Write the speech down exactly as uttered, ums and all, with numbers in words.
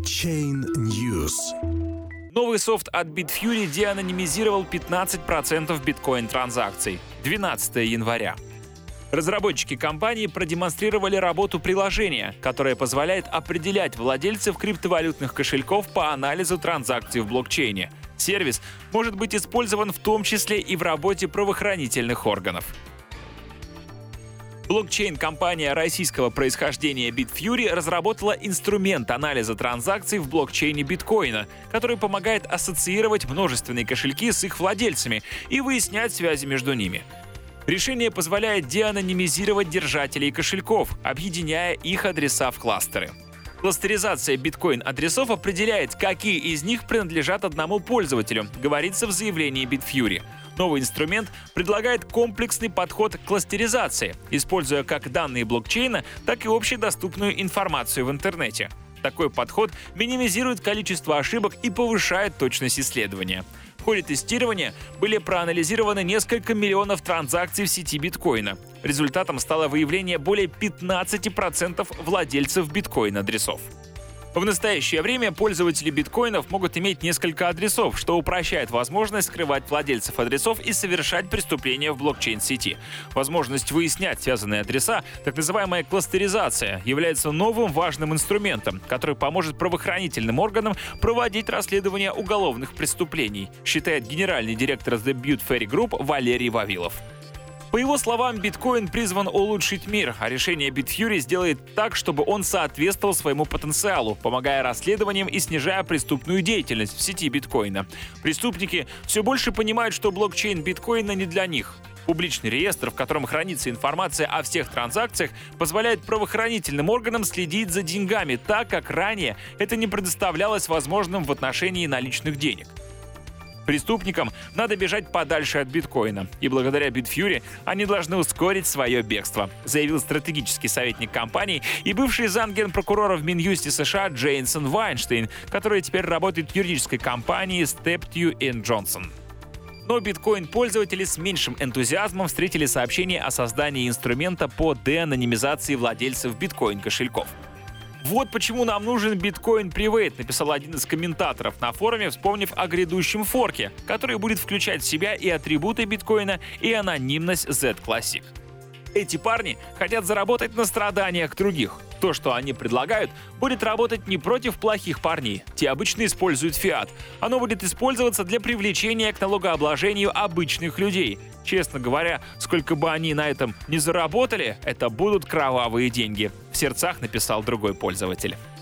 Blockchain News. Новый софт от Bitfury деанонимизировал пятнадцать процентов биткоин-транзакций. двенадцатого января. Разработчики компании продемонстрировали работу приложения, которое позволяет определять владельцев криптовалютных кошельков по анализу транзакций в блокчейне. Сервис может быть использован в том числе и в работе правоохранительных органов. Блокчейн-компания российского происхождения Bitfury разработала инструмент анализа транзакций в блокчейне биткоина, который помогает ассоциировать множественные кошельки с их владельцами и выяснять связи между ними. Решение позволяет деанонимизировать держателей кошельков, объединяя их адреса в кластеры. Кластеризация биткоин-адресов определяет, какие из них принадлежат одному пользователю, говорится в заявлении Bitfury. Новый инструмент предлагает комплексный подход к кластеризации, используя как данные блокчейна, так и общедоступную информацию в интернете. Такой подход минимизирует количество ошибок и повышает точность исследования. В ходе тестирования были проанализированы несколько миллионов транзакций в сети биткоина. Результатом стало выявление более пятнадцати процентов владельцев биткоин-адресов. В настоящее время пользователи биткоинов могут иметь несколько адресов, что упрощает возможность скрывать владельцев адресов и совершать преступления в блокчейн-сети. Возможность выяснять связанные адреса, так называемая кластеризация, является новым важным инструментом, который поможет правоохранительным органам проводить расследование уголовных преступлений, считает генеральный директор The Bitfury Group Валерий Вавилов. По его словам, биткоин призван улучшить мир, а решение Bitfury сделает так, чтобы он соответствовал своему потенциалу, помогая расследованиям и снижая преступную деятельность в сети биткоина. Преступники все больше понимают, что блокчейн биткоина не для них. Публичный реестр, в котором хранится информация о всех транзакциях, позволяет правоохранительным органам следить за деньгами так, как ранее это не предоставлялось возможным в отношении наличных денег. Преступникам надо бежать подальше от биткоина, и благодаря Bitfury они должны ускорить свое бегство, заявил стратегический советник компании и бывший замгенпрокурора в Минюсте США Джейсон Вайнштейн, который теперь работает в юридической компании Steptoe энд Johnson. Но биткоин-пользователи с меньшим энтузиазмом встретили сообщение о создании инструмента по деанонимизации владельцев биткоин-кошельков. «Вот почему нам нужен Bitcoin Private», написал один из комментаторов на форуме, вспомнив о грядущем форке, который будет включать в себя и атрибуты биткоина, и анонимность Z-Classic. Эти парни хотят заработать на страданиях других. То, что они предлагают, будет работать не против плохих парней. Те обычно используют фиат. Оно будет использоваться для привлечения к налогообложению обычных людей. Честно говоря, сколько бы они на этом не заработали, это будут кровавые деньги, в сердцах написал другой пользователь.